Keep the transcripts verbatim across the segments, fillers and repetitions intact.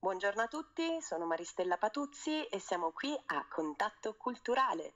Buongiorno a tutti, sono Maristella Patuzzi e siamo qui a Contatto Culturale.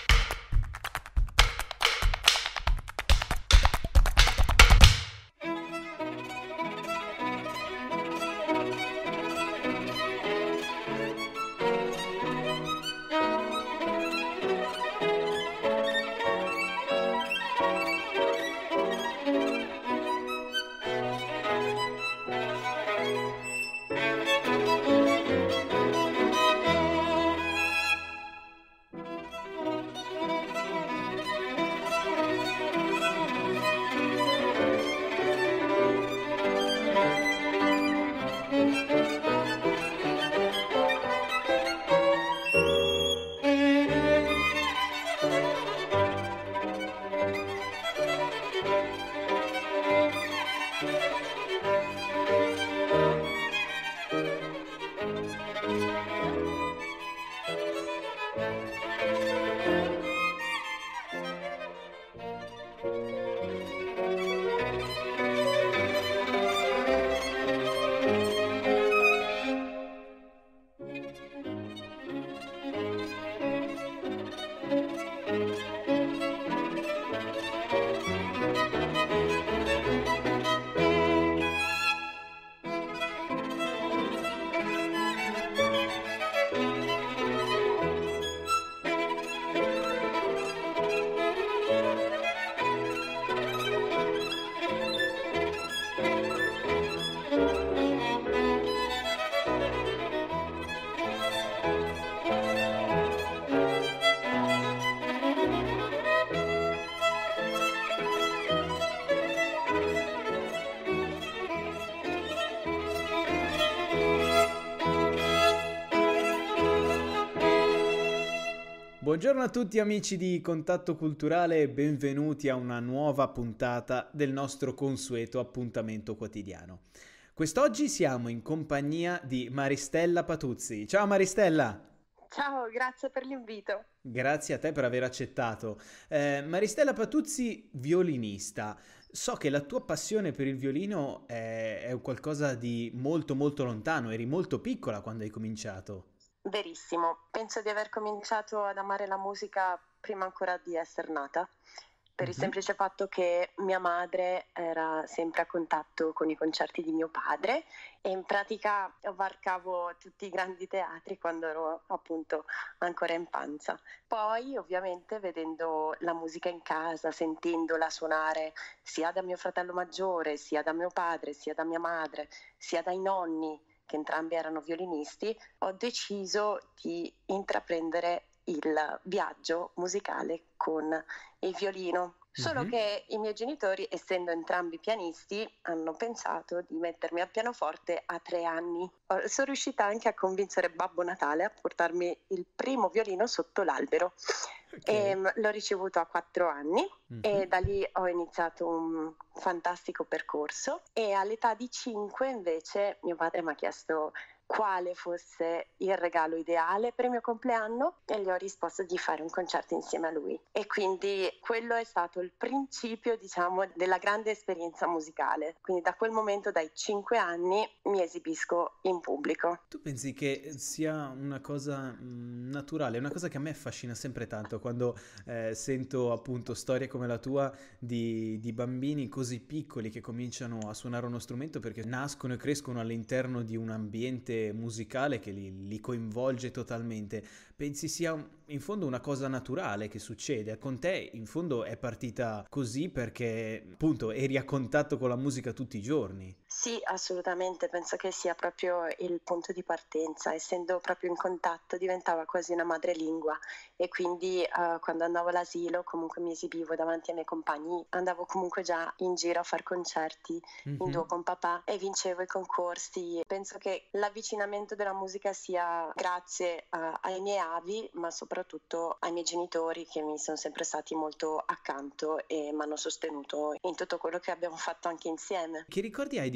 Buongiorno a tutti amici di Contatto Culturale e benvenuti a una nuova puntata del nostro consueto appuntamento quotidiano. Quest'oggi siamo in compagnia di Maristella Patuzzi. Ciao Maristella! Ciao, grazie per l'invito. Grazie a te per aver accettato. Eh, Maristella Patuzzi, violinista. So che la tua passione per il violino è, è qualcosa di molto molto lontano, eri molto piccola quando hai cominciato. Verissimo, penso di aver cominciato ad amare la musica prima ancora di essere nata, per il Mhm. semplice fatto che mia madre era sempre a contatto con i concerti di mio padre e in pratica varcavo tutti i grandi teatri quando ero appunto ancora in panza. Poi ovviamente vedendo la musica in casa, sentendola suonare sia da mio fratello maggiore, sia da mio padre, sia da mia madre, sia dai nonni, che entrambi erano violinisti, ho deciso di intraprendere il viaggio musicale con il violino. Solo Mhm. che i miei genitori, essendo entrambi pianisti, hanno pensato di mettermi al pianoforte a tre anni. Oh, Sono riuscita anche a convincere Babbo Natale a portarmi il primo violino sotto l'albero. Ok. Ehm, l'ho ricevuto a quattro anni e Mhm. da lì ho iniziato un fantastico percorso e all'età di cinque invece mio padre mi ha chiesto quale fosse il regalo ideale per il mio compleanno e gli ho risposto di fare un concerto insieme a lui e quindi quello è stato il principio, diciamo, della grande esperienza musicale. Quindi da quel momento, dai cinque anni, mi esibisco in pubblico. Tu pensi che sia una cosa mh, naturale, una cosa che a me affascina sempre tanto quando eh, sento appunto storie come la tua di, di bambini così piccoli che cominciano a suonare uno strumento perché nascono e crescono all'interno di un ambiente musicale che li, li coinvolge totalmente. Pensi sia in fondo una cosa naturale che succede? Con te in fondo è partita così perché appunto eri a contatto con la musica tutti i giorni. Sì, assolutamente, penso che sia proprio il punto di partenza, essendo proprio in contatto diventava quasi una madrelingua e quindi eh, quando andavo all'asilo comunque mi esibivo davanti ai miei compagni, andavo comunque già in giro a far concerti in duo Mhm. con papà e vincevo i concorsi. Penso che l'avvicinamento della musica sia grazie a- ai miei avi, ma soprattutto ai miei genitori che mi sono sempre stati molto accanto e mi hanno sostenuto in tutto quello che abbiamo fatto anche insieme. Che ricordi hai di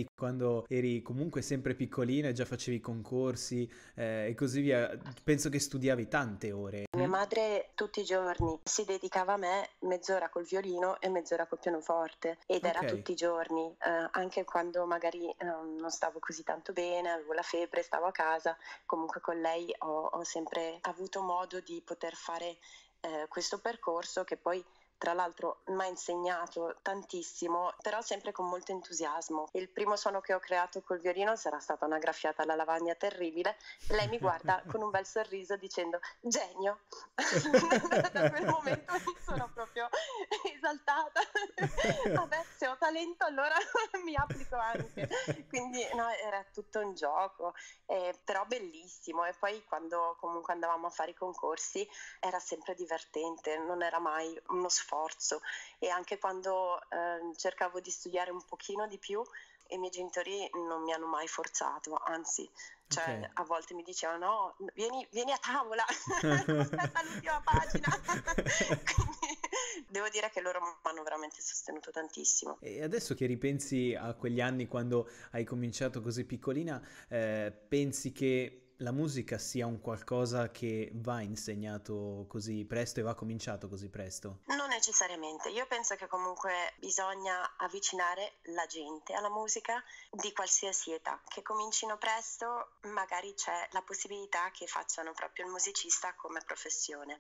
quando eri comunque sempre piccolina e già facevi concorsi eh, e così via. Penso che studiavi tante ore. Mia madre tutti i giorni si dedicava a me mezz'ora col violino e mezz'ora col pianoforte ed era Ok. tutti i giorni, eh, anche quando magari eh, non stavo così tanto bene, avevo la febbre, stavo a casa, comunque con lei ho, ho sempre avuto modo di poter fare eh, questo percorso che poi tra l'altro mi ha insegnato tantissimo, però sempre con molto entusiasmo. Il primo suono che ho creato col violino sarà stata una graffiata alla lavagna terribile. Lei mi guarda con un bel sorriso dicendo genio. Da quel momento mi sono proprio esaltata. Vabbè, se ho talento allora mi applico anche. Quindi no, era tutto un gioco, eh, però bellissimo. E poi quando comunque andavamo a fare i concorsi era sempre divertente, non era mai uno sforzo. Sforzo e anche quando eh, cercavo di studiare un pochino di più i miei genitori non mi hanno mai forzato, anzi, cioè Ok. a volte mi dicevano no, vieni, vieni a tavola, aspetta l'ultima pagina. Quindi devo dire che loro mi hanno veramente sostenuto tantissimo. E adesso che ripensi a quegli anni quando hai cominciato così piccolina, eh, pensi che la musica sia un qualcosa che va insegnato così presto e va cominciato così presto? Non necessariamente, io penso che comunque bisogna avvicinare la gente alla musica di qualsiasi età, che comincino presto, magari c'è la possibilità che facciano proprio il musicista come professione.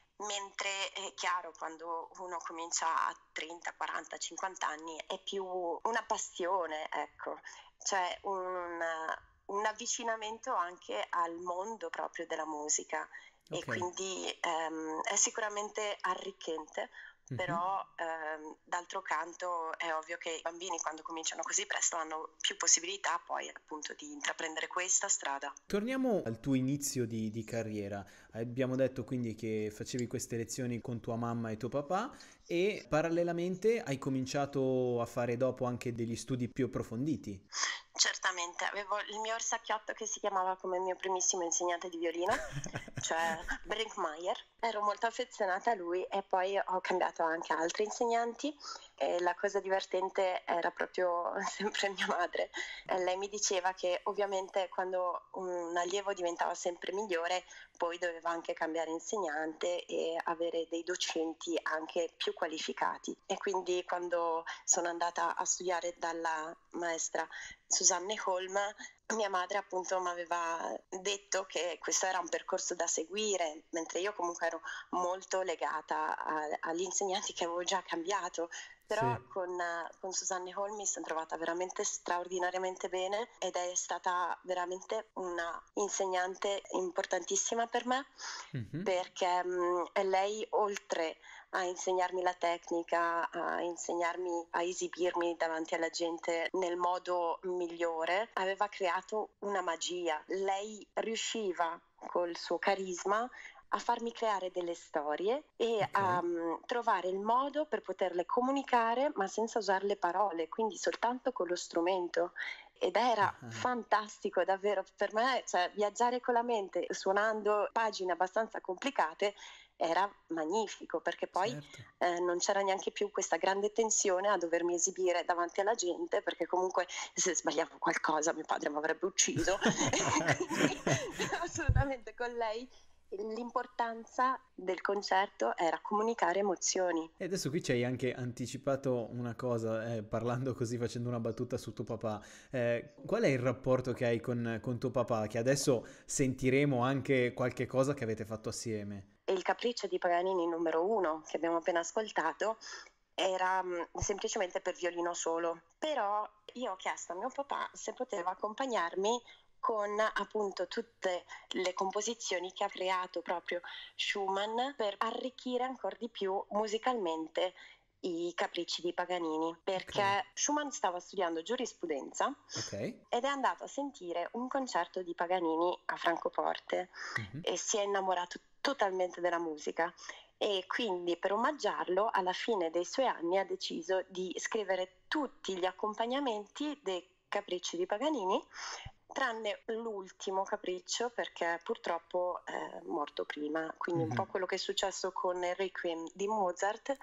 Mentre è chiaro, quando uno comincia a trenta, quaranta, cinquanta anni è più una passione, ecco, cioè un, un avvicinamento anche al mondo proprio della musica e Ok. quindi ehm, è sicuramente arricchente. Mhm. Però ehm, d'altro canto è ovvio che i bambini quando cominciano così presto hanno più possibilità poi appunto di intraprendere questa strada. Torniamo al tuo inizio di, di carriera. Abbiamo detto quindi che facevi queste lezioni con tua mamma e tuo papà e parallelamente hai cominciato a fare dopo anche degli studi più approfonditi. Certamente, avevo il mio orsacchiotto che si chiamava come mio primissimo insegnante di violino, cioè Brinkmeyer. Ero molto affezionata a lui e poi ho cambiato anche altri insegnanti e la cosa divertente era proprio sempre mia madre. E lei mi diceva che ovviamente quando un allievo diventava sempre migliore poi doveva anche cambiare insegnante e avere dei docenti anche più qualificati. E quindi quando sono andata a studiare dalla maestra Susanne Holm, mia madre appunto mi aveva detto che questo era un percorso da seguire, mentre io comunque ero molto legata a, agli insegnanti che avevo già cambiato. Però Sì. con, con Susanne Holm mi sono trovata veramente straordinariamente bene ed è stata veramente una insegnante importantissima per me Mhm. perché mh, lei oltre a insegnarmi la tecnica, a insegnarmi a esibirmi davanti alla gente nel modo migliore, aveva creato una magia. Lei riusciva col suo carisma a farmi creare delle storie e Ok. a um, trovare il modo per poterle comunicare ma senza usare le parole, quindi soltanto con lo strumento. Ed era Ah, fantastico, davvero, per me, cioè, viaggiare con la mente suonando pagine abbastanza complicate era magnifico, perché poi certo. eh, non c'era neanche più questa grande tensione a dovermi esibire davanti alla gente, perché comunque se sbagliavo qualcosa mio padre mi avrebbe ucciso. Quindi assolutamente con lei l'importanza del concerto era comunicare emozioni. E adesso qui ci hai anche anticipato una cosa, eh, parlando così, facendo una battuta su tuo papà. Eh, qual è il rapporto che hai con, con tuo papà? Che adesso sentiremo anche qualche cosa che avete fatto assieme. E il Capriccio di Paganini numero uno che abbiamo appena ascoltato era mh, semplicemente per violino solo, però io ho chiesto a mio papà se poteva accompagnarmi con appunto tutte le composizioni che ha creato proprio Schumann per arricchire ancora di più musicalmente i Capricci di Paganini, Ok, perché Schumann stava studiando giurisprudenza ok. ed è andato a sentire un concerto di Paganini a Francoforte Mhm. e si è innamorato totalmente della musica e quindi per omaggiarlo alla fine dei suoi anni ha deciso di scrivere tutti gli accompagnamenti dei Capricci di Paganini tranne l'ultimo capriccio perché purtroppo è morto prima, quindi un po' Mhm. quello che è successo con il Requiem di Mozart. Sì?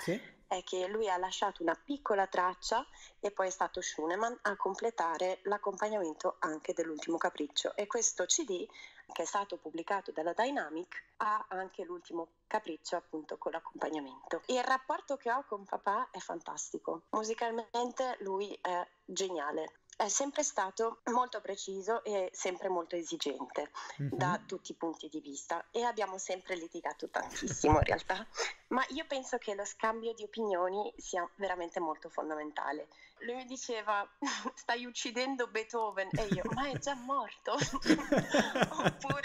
è che lui ha lasciato una piccola traccia e poi è stato Schunemann a completare l'accompagnamento anche dell'ultimo capriccio, e questo C D, che è stato pubblicato dalla Dynamic, ha anche l'ultimo capriccio appunto con l'accompagnamento. Il rapporto che ho con papà è fantastico, musicalmente lui è geniale. È sempre stato molto preciso e sempre molto esigente Mhm. da tutti i punti di vista, e abbiamo sempre litigato tantissimo in realtà, ma io penso che lo scambio di opinioni sia veramente molto fondamentale. Lui mi diceva: stai uccidendo Beethoven, e io: ma è già morto. oppure,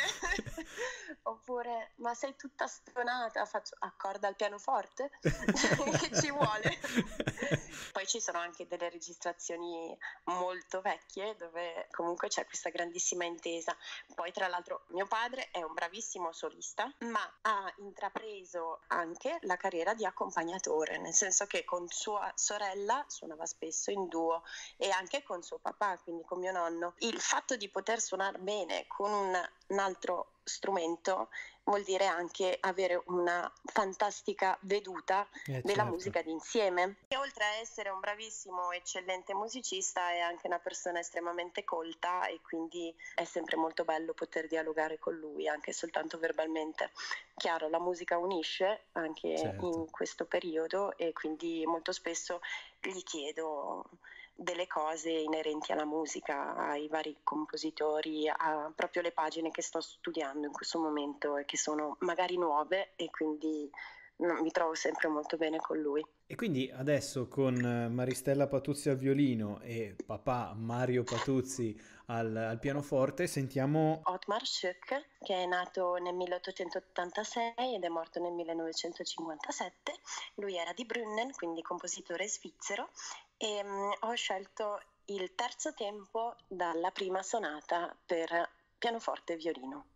oppure ma sei tutta stonata, faccio accorda al pianoforte. Che ci vuole? Poi ci sono anche delle registrazioni molto vecchie dove comunque c'è questa grandissima intesa. Poi tra l'altro mio padre è un bravissimo solista, ma ha intrapreso anche la carriera di accompagnatore, nel senso che con sua sorella suonava spesso in duo, e anche con suo papà, quindi con mio nonno. Il fatto di poter suonare bene con un, un altro strumento vuol dire anche avere una fantastica veduta Eh, della certo. musica d'insieme. E oltre a essere un bravissimo, eccellente musicista, è anche una persona estremamente colta, e quindi è sempre molto bello poter dialogare con lui, anche soltanto verbalmente. Chiaro, la musica unisce anche Certo. in questo periodo, e quindi molto spesso gli chiedo delle cose inerenti alla musica, ai vari compositori, a proprio le pagine che sto studiando in questo momento e che sono magari nuove, e quindi no, mi trovo sempre molto bene con lui. E quindi adesso con eh, Maristella Patuzzi al violino e papà Mario Patuzzi al, al pianoforte sentiamo... Ottmar Schoeck, che è nato nel milleottocentottantasei ed è morto nel millenovecentocinquantasette. Lui era di Brünnen, quindi compositore svizzero, e mh, ho scelto il terzo tempo dalla prima sonata per pianoforte e violino.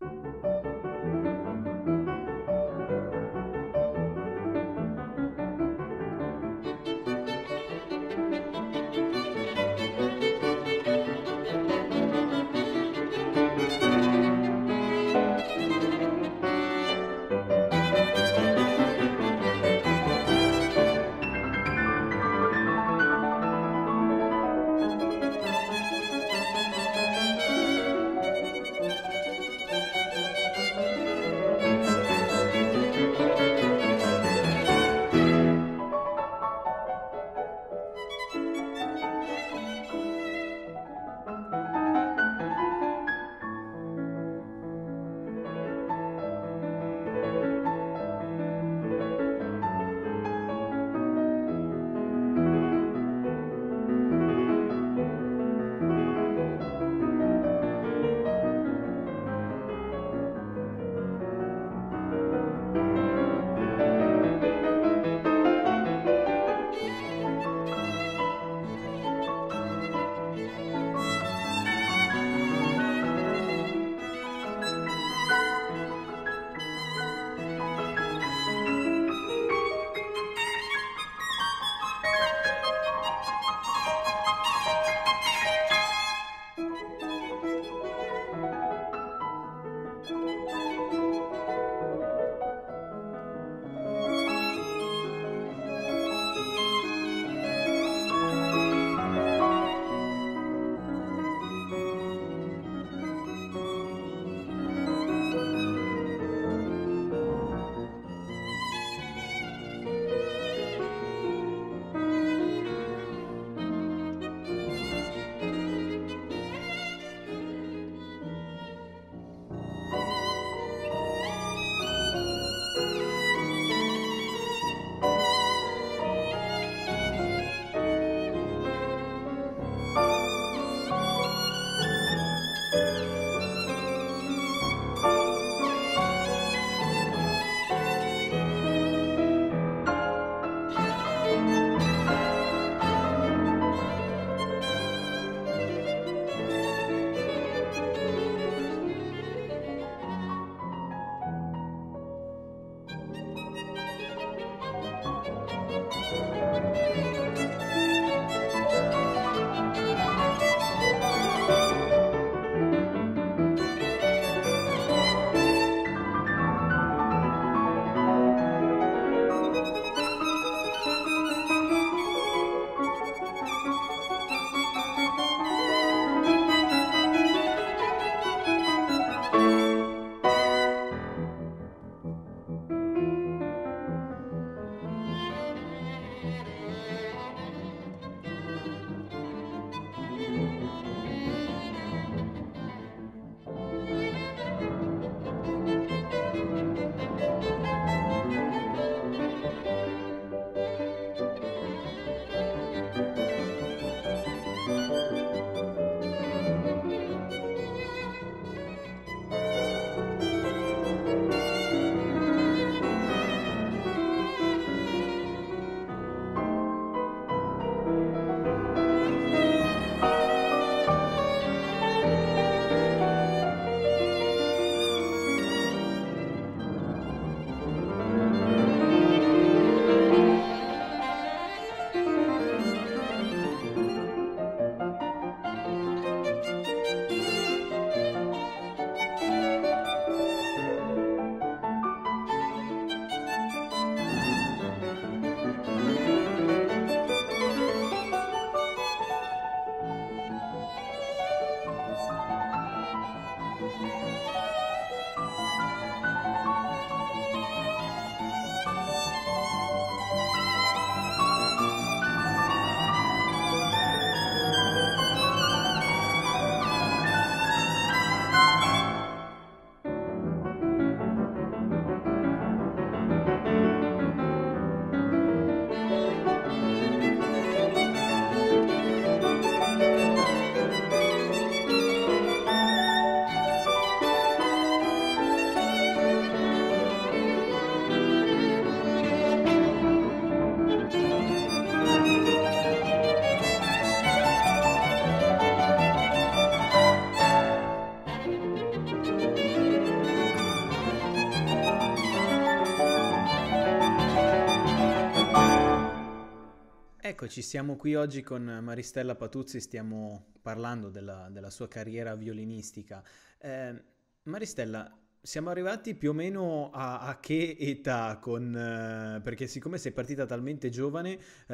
Eccoci, siamo qui oggi con Maristella Patuzzi, stiamo parlando della, della sua carriera violinistica. Eh, Maristella, siamo arrivati più o meno a, a che età con, eh, perché siccome sei partita talmente giovane,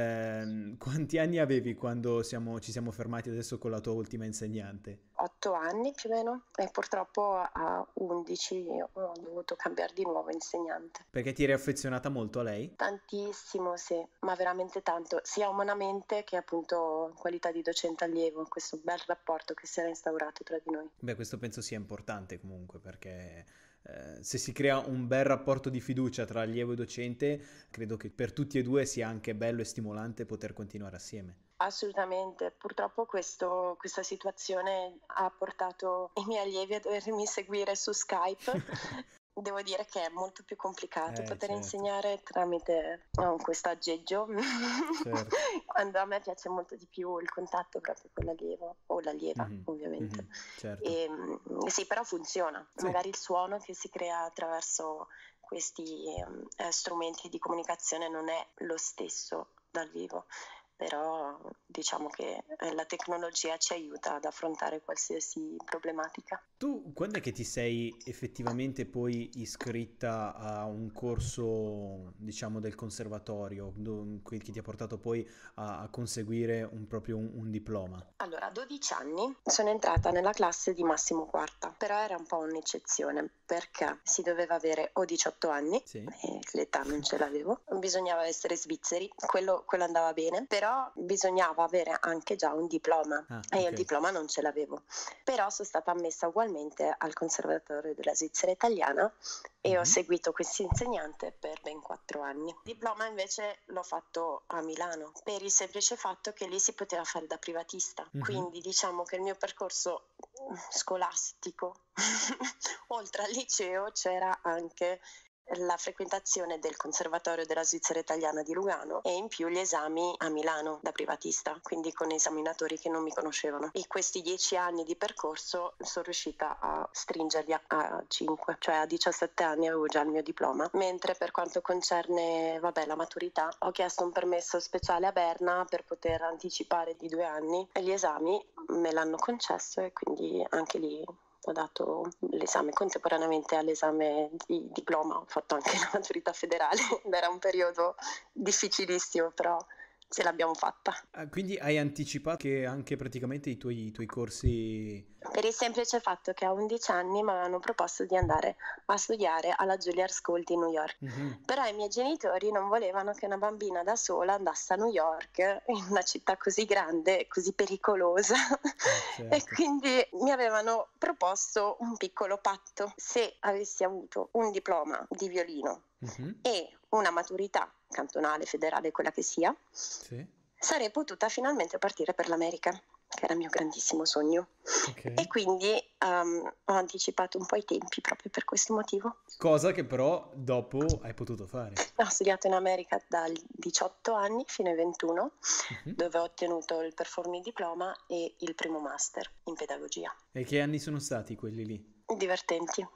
ehm, quanti anni avevi quando siamo- ci siamo fermati adesso con la tua ultima insegnante? Otto anni più o meno e purtroppo a undici ho dovuto cambiare di nuovo insegnante. Perché ti eri affezionata molto a lei? Tantissimo, sì, ma veramente tanto, sia umanamente che appunto in qualità di docente allievo, questo bel rapporto che si era instaurato tra di noi. Beh, questo penso sia importante comunque perché eh, se si crea un bel rapporto di fiducia tra allievo e docente, credo che per tutti e due sia anche bello e stimolante poter continuare assieme. Assolutamente, purtroppo questo- questa situazione ha portato i miei allievi a dovermi seguire su Skype. Devo dire che è molto più complicato Eh, poter certo, insegnare tramite no, questo aggeggio, certo. quando a me piace molto di più il contatto proprio con l'allievo o l'allieva, Mhm, ovviamente. mhm, certo. E, mm, sì, però funziona. Sì. Magari il suono che si crea attraverso questi mm, eh, strumenti di comunicazione non è lo stesso dal vivo, però diciamo che eh, la tecnologia ci aiuta ad affrontare qualsiasi problematica. Tu quando è che ti sei effettivamente poi iscritta a un corso, diciamo, del conservatorio, do- che ti ha portato poi a, a conseguire un, proprio un, un diploma? Allora, a dodici anni sono entrata nella classe di Massimo Quarta, però era un po' un'eccezione perché si doveva avere o diciotto anni, Sì? e l'età non ce l'avevo, bisognava essere svizzeri, quello, quello andava bene, però bisognava avere anche già un diploma Ah, e io il ok. diploma non ce l'avevo, però sono stata ammessa ugualmente al Conservatorio della Svizzera Italiana e ho Mhm. seguito questo insegnante per ben quattro anni. Il diploma invece l'ho fatto a Milano per il semplice fatto che lì si poteva fare da privatista, Mhm. quindi diciamo che il mio percorso mm, scolastico oltre al liceo c'era anche la frequentazione del Conservatorio della Svizzera Italiana di Lugano e in più gli esami a Milano da privatista, quindi con esaminatori che non mi conoscevano. E questi dieci anni di percorso sono riuscita a stringerli a, a cinque, cioè a diciassette anni avevo già il mio diploma, mentre per quanto concerne vabbè, la maturità ho chiesto un permesso speciale a Berna per poter anticipare di due anni e gli esami me l'hanno concesso e quindi anche lì ho dato l'esame contemporaneamente all'esame di diploma, ho fatto anche la maturità federale, era un periodo difficilissimo, però ce l'abbiamo fatta. Ah, quindi hai anticipato che anche praticamente i tuoi, i tuoi corsi... Per il semplice fatto che a undici anni mi avevano proposto di andare a studiare alla Juilliard School di New York, Mhm. però i miei genitori non volevano che una bambina da sola andasse a New York, in una città così grande e così pericolosa, Eh, e certo. quindi mi avevano proposto un piccolo patto: se avessi avuto un diploma di violino Mhm. e una maturità cantonale, federale, quella che sia, Sì, sarei potuta finalmente partire per l'America, che era il mio grandissimo sogno. E ok. quindi um, ho anticipato un po' i tempi proprio per questo motivo. Cosa che però dopo hai potuto fare. Ho studiato in America dal diciotto anni fino ai ventuno, Mhm. dove ho ottenuto il performing diploma e il primo master in pedagogia. E che anni sono stati quelli lì? Divertenti.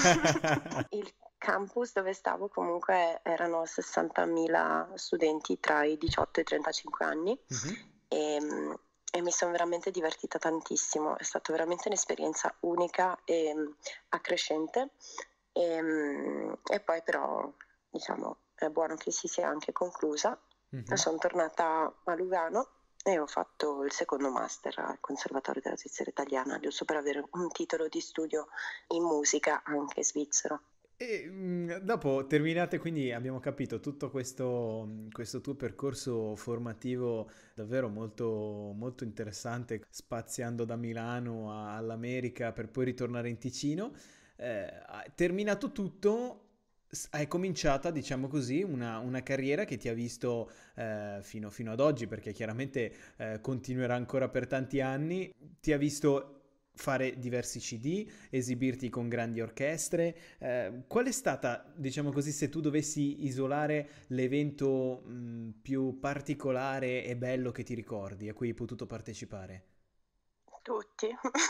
Il campus dove stavo comunque erano sessantamila studenti tra i diciotto e i trentacinque anni Mhm. e, e mi sono veramente divertita tantissimo, è stata veramente un'esperienza unica e mm, accrescente e, mm, e poi però diciamo è buono che si sia anche conclusa. Mhm. Sono tornata a Lugano e ho fatto il secondo master al Conservatorio della Svizzera Italiana, giusto per avere un titolo di studio in musica anche svizzero. E mh, dopo terminate, quindi abbiamo capito tutto questo, questo tuo percorso formativo davvero molto, molto interessante, spaziando da Milano a- all'America per poi ritornare in Ticino. Eh, terminato tutto, s- hai cominciata, diciamo così, una, una carriera che ti ha visto eh, fino, fino ad oggi, perché chiaramente eh, continuerà ancora per tanti anni, ti ha visto fare diversi C D, esibirti con grandi orchestre. Eh, qual è stata, diciamo così, se tu dovessi isolare l'evento mh, più particolare e bello che ti ricordi, a cui hai potuto partecipare? Tutti.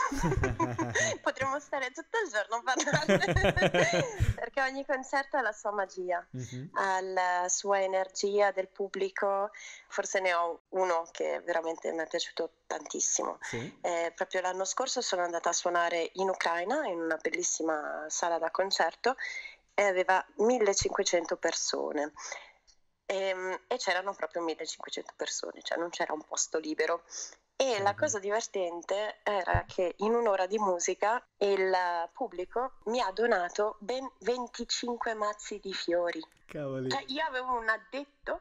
Potremmo stare tutto il giorno a parlarne, perché ogni concerto ha la sua magia, Mhm. ha la sua energia del pubblico. Forse ne ho uno che veramente mi è piaciuto tantissimo. Sì. Eh, proprio l'anno scorso sono andata a suonare in Ucraina, in una bellissima sala da concerto, e aveva millecinquecento persone. E, e c'erano proprio millecinquecento persone, cioè non c'era un posto libero. E la Cavolo. cosa divertente era che in un'ora di musica il pubblico mi ha donato ben venticinque mazzi di fiori. Cavoli. Cioè io avevo un addetto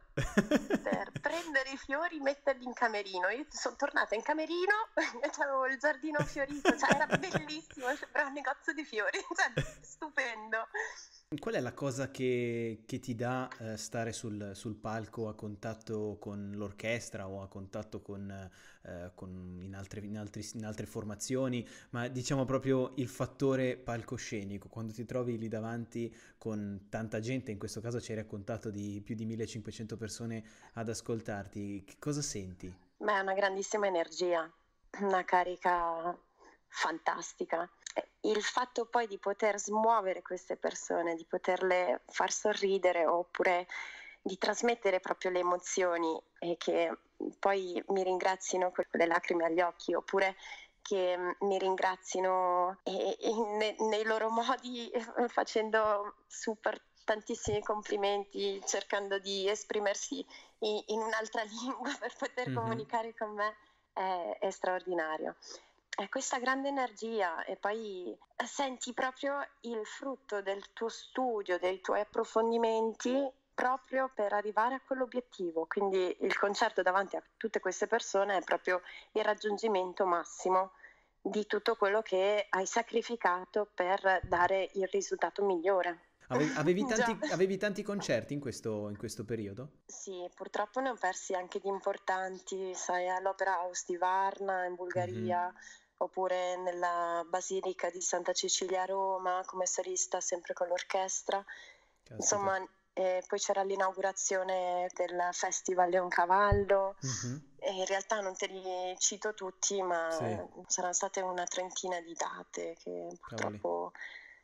per prendere i fiori e metterli in camerino. Io sono tornata in camerino e avevo il giardino fiorito, cioè era bellissimo, sembrava un negozio di fiori, cioè stupendo. Qual è la cosa che, che ti dà eh, stare sul, sul palco a contatto con l'orchestra o a contatto con, eh, con in altre, in altri- in altre formazioni, ma diciamo proprio il fattore palcoscenico, quando ti trovi lì davanti con tanta gente, in questo caso ci hai raccontato di più di millecinquecento persone ad ascoltarti, che cosa senti? Beh, è una grandissima energia, una carica fantastica. Il fatto poi di poter smuovere queste persone, di poterle far sorridere oppure di trasmettere proprio le emozioni e che poi mi ringrazino con le lacrime agli occhi oppure che mi ringrazino e, e ne, nei loro modi eh, facendo super tantissimi complimenti, cercando di esprimersi in, in un'altra lingua per poter Mhm. comunicare con me è, è straordinario. È questa grande energia e poi senti proprio il frutto del tuo studio, dei tuoi approfondimenti proprio per arrivare a quell'obiettivo. Quindi il concerto davanti a tutte queste persone è proprio il raggiungimento massimo di tutto quello che hai sacrificato per dare il risultato migliore. Ave- Avevi Già. tanti, avevi tanti concerti in questo, in questo periodo? Sì, purtroppo ne ho persi anche di importanti, sai, all'Opera House di Varna in Mhm. Bulgaria, oppure nella Basilica di Santa Cecilia a Roma come solista, sempre con l'orchestra. Caspita. Insomma, eh, poi c'era l'inaugurazione del Festival Leoncavallo. Mhm. E in realtà non te li cito tutti, Sì, ma saranno state una trentina di date che cavoli. purtroppo.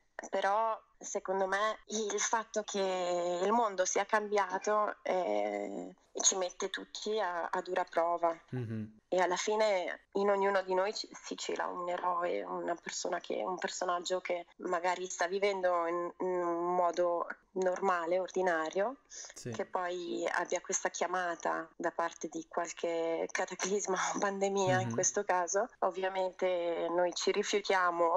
Però secondo me il fatto che il mondo sia cambiato eh, ci mette tutti a, a dura prova Mhm. e alla fine in ognuno di noi ci- si cela un eroe, una persona che, un personaggio che magari sta vivendo in, in un modo normale, ordinario, Sì. che poi abbia questa chiamata da parte di qualche cataclisma o pandemia in Mhm. questo caso. Ovviamente noi ci rifiutiamo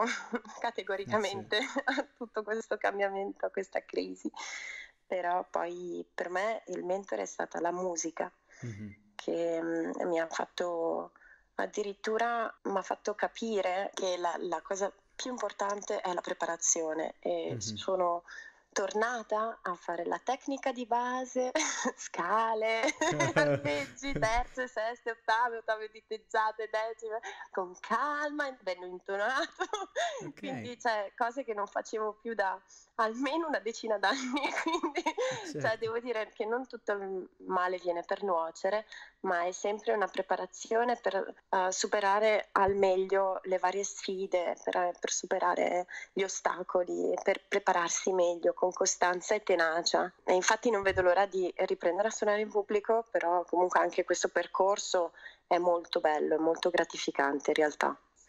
Eh sì. categoricamente a tutto questo cambiamento, a questa crisi, però poi per me il mentore è stata la musica Mhm. che mh, mi ha fatto addirittura mi ha fatto capire che la, la cosa più importante è la preparazione e Mhm. sono tornata a fare la tecnica di base, scale, arpeggi, terze, seste, ottave, ottave diteggiate, decime, con calma, bello intonato, Ok, quindi cioè, cose che non facevo più da almeno una decina d'anni, quindi cioè, certo. devo dire che non tutto il male viene per nuocere, ma è sempre una preparazione per uh, superare al meglio le varie sfide, per, per superare gli ostacoli, per prepararsi meglio con costanza e tenacia. E infatti non vedo l'ora di riprendere a suonare in pubblico, però comunque anche questo percorso è molto bello, è molto gratificante in realtà.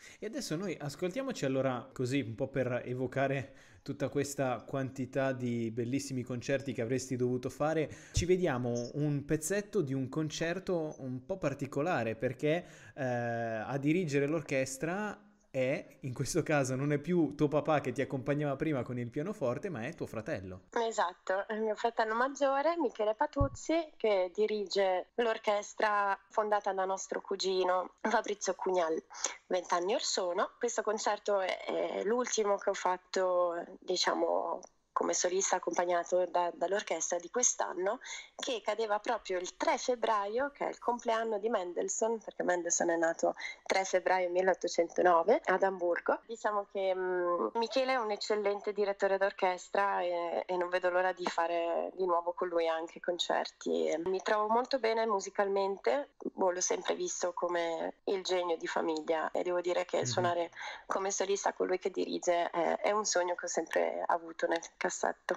E adesso noi ascoltiamoci allora così un po' per evocare tutta questa quantità di bellissimi concerti che avresti dovuto fare. Ci vediamo un pezzetto di un concerto un po' particolare perché eh, a dirigere l'orchestra è, in questo caso non è più tuo papà che ti accompagnava prima con il pianoforte, ma è tuo fratello. Esatto, è mio fratello maggiore, Michele Patuzzi, che dirige l'orchestra fondata da nostro cugino Fabrizio Cugnal vent'anni or sono. Questo concerto è, è l'ultimo che ho fatto, diciamo, come solista accompagnato da, dall'orchestra di quest'anno, che cadeva proprio il tre febbraio, che è il compleanno di Mendelssohn, perché Mendelssohn è nato tre febbraio milleottocentonove ad Amburgo. Diciamo che mh, Michele è un eccellente direttore d'orchestra e, e non vedo l'ora di fare di nuovo con lui anche concerti. E mi trovo molto bene musicalmente, boh, l'ho sempre visto come il genio di famiglia e devo dire che Mhm. suonare come solista con lui che dirige è, è un sogno che ho sempre avuto nel cassetto.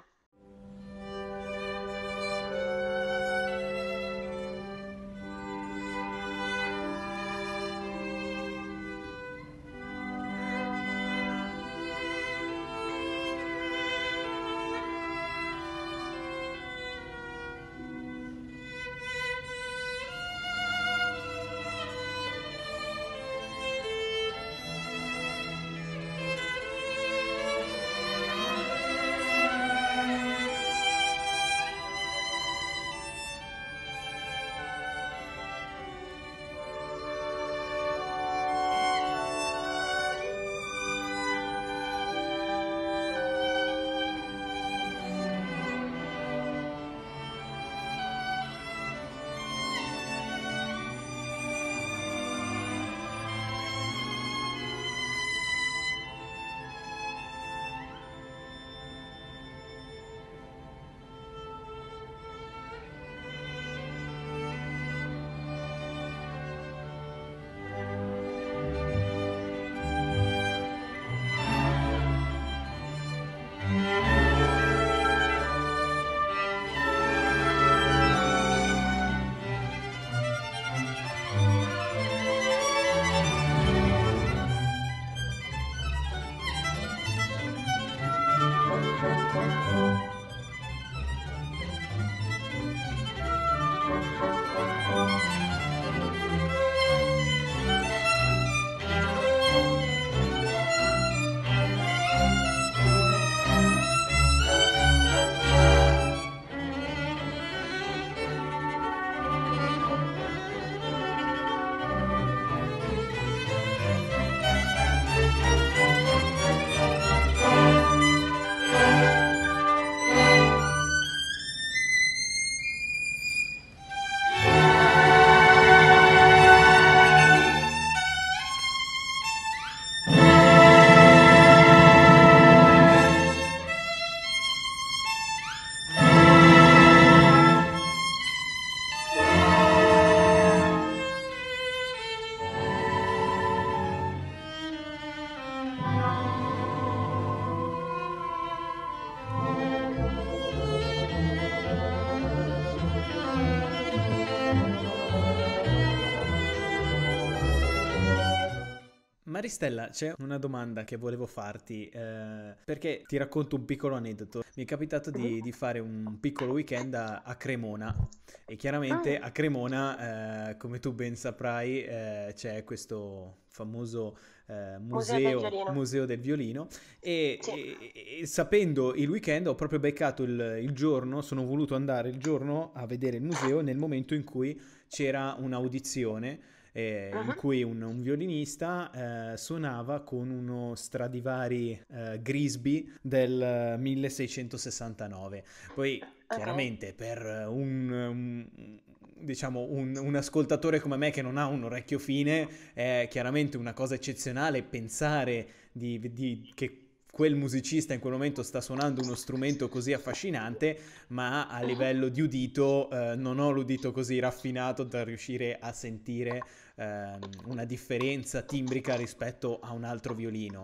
Maristella, c'è una domanda che volevo farti, eh, perché ti racconto un piccolo aneddoto. Mi è capitato di, di fare un piccolo weekend a, a Cremona e chiaramente a Cremona, eh, come tu ben saprai, eh, c'è questo famoso eh, Museo del museo, violino. museo del violino e, Sì. e- e sapendo il weekend ho proprio beccato il, il giorno, sono voluto andare il giorno a vedere il museo nel momento in cui c'era un'audizione eh, in Mhm. cui un, un violinista eh, suonava con uno Stradivari eh, Grisby del eh, milleseicentosessantanove. Poi Ok. chiaramente per un, un- diciamo un, un ascoltatore come me che non ha un orecchio fine è chiaramente una cosa eccezionale pensare di, di- che quel musicista in quel momento sta suonando uno strumento così affascinante, ma a Mhm. livello di udito eh, non ho l'udito così raffinato da riuscire a sentire ehm, una differenza timbrica rispetto a un altro violino.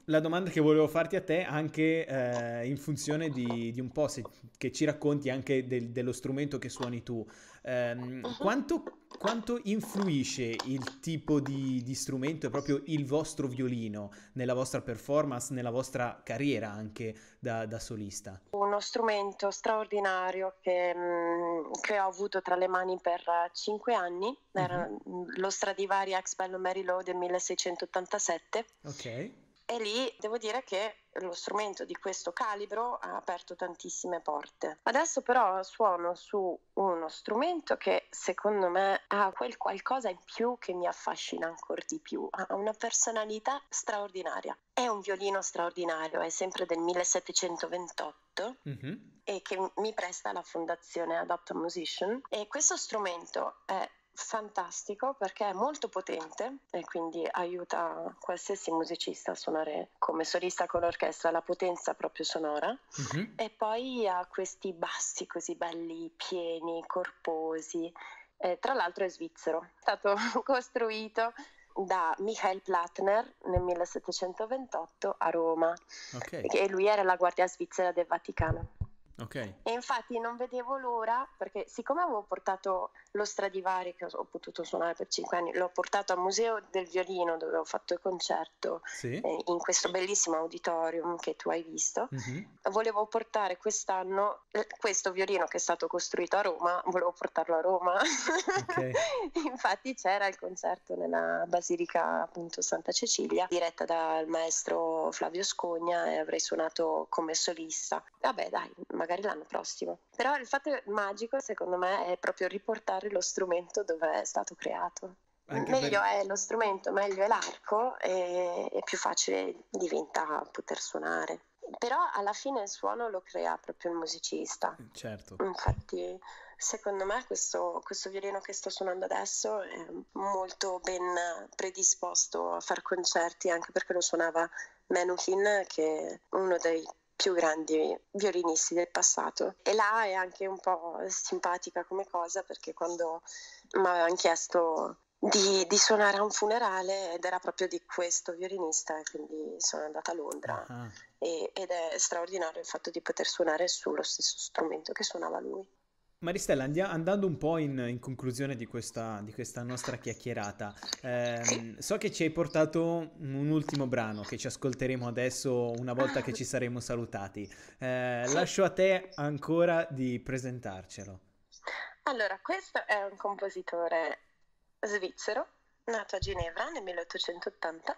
la domanda che volevo farti a te anche eh, in funzione di, di un po' se, che ci racconti anche del- dello strumento che suoni tu. Ehm, Mhm. quanto, quanto influisce il tipo di, di strumento e proprio il vostro violino nella vostra performance, nella vostra carriera anche da, da solista? Uno strumento straordinario che, mm, che ho avuto tra le mani per eh, cinque anni era Mhm. mm, lo Stradivari Ex Bello Mary-Low del milleseicentottantasette. Ok. E lì devo dire che lo strumento di questo calibro ha aperto tantissime porte. Adesso però suono su uno strumento che secondo me ha quel qualcosa in più che mi affascina ancora di più, ha una personalità straordinaria. È un violino straordinario, è sempre del millesettecentoventotto Mhm. e che mi presta la fondazione Adapt a Musician, e questo strumento è fantastico perché è molto potente e quindi aiuta qualsiasi musicista a suonare come solista con l'orchestra, la potenza proprio sonora, Mhm. e poi ha questi bassi così belli, pieni, corposi. Eh, tra l'altro è svizzero, è stato costruito da Michael Plattner nel millesettecentoventotto a Roma, Ok. e lui era la guardia svizzera del Vaticano. Ok. E infatti non vedevo l'ora, perché siccome avevo portato lo Stradivari, che ho potuto suonare per cinque anni, l'ho portato al Museo del Violino dove ho fatto il concerto, Sì. eh, in questo bellissimo auditorium che tu hai visto. Mhm. Volevo portare quest'anno eh, questo violino che è stato costruito a Roma, volevo portarlo a Roma. Ok. Infatti c'era il concerto nella Basilica appunto Santa Cecilia, diretta dal maestro Flavio Scogna, e avrei suonato come solista. Vabbè dai, magari l'anno prossimo. Però il fatto magico secondo me è proprio riportare lo strumento dove è stato creato. Anche Meglio per... è lo strumento, meglio è l'arco, e, e più facile diventa poter suonare. Però alla fine il suono lo crea proprio il musicista. Certo. Infatti, secondo me questo, questo violino che sto suonando adesso è molto ben predisposto a far concerti, anche perché lo suonava Menuhin, che è uno dei più grandi violinisti del passato. E là è anche un po' simpatica come cosa, perché quando mi avevano chiesto di, di suonare a un funerale, ed era proprio di questo violinista, e quindi sono andata a Londra, Ah. e, ed è straordinario il fatto di poter suonare sullo stesso strumento che suonava lui. Maristella, andia- andando un po' in, in conclusione di questa, di questa nostra chiacchierata, Sì. ehm, so che ci hai portato un ultimo brano che ci ascolteremo adesso una volta che ci saremo salutati. Eh, Sì. lascio a te ancora di presentarcelo. Allora, questo è un compositore svizzero, nato a Ginevra nel milleottocentottanta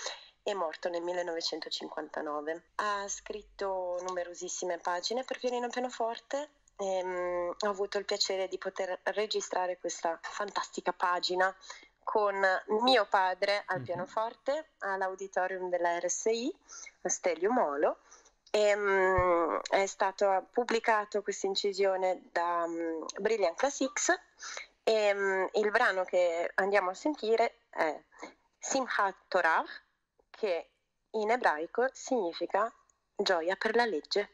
e morto nel millenovecentocinquantanove. Ha scritto numerosissime pagine per violino e pianoforte. Ehm, ho avuto il piacere di poter registrare questa fantastica pagina con mio padre al Mhm. pianoforte all'auditorium della R S I a Stelio Molo. E, um, è stato pubblicato questa incisione da um, Brilliant Classics, e um, il brano che andiamo a sentire è Simchat Torah, che in ebraico significa gioia per la legge.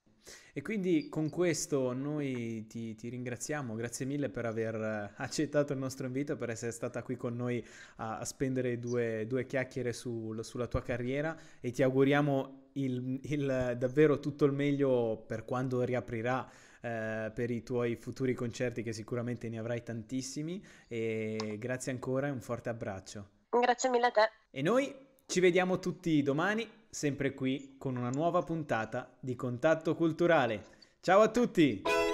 E quindi con questo noi ti, ti ringraziamo, grazie mille per aver eh, accettato il nostro invito, per essere stata qui con noi a, a spendere due, due chiacchiere sul- sulla tua carriera e ti auguriamo il, il- davvero tutto il meglio per quando riaprirà, eh, per i tuoi futuri concerti che sicuramente ne avrai tantissimi e grazie ancora e un forte abbraccio. Grazie mille a te. E noi ci vediamo tutti domani, sempre qui, con una nuova puntata di Contatto Culturale. Ciao a tutti!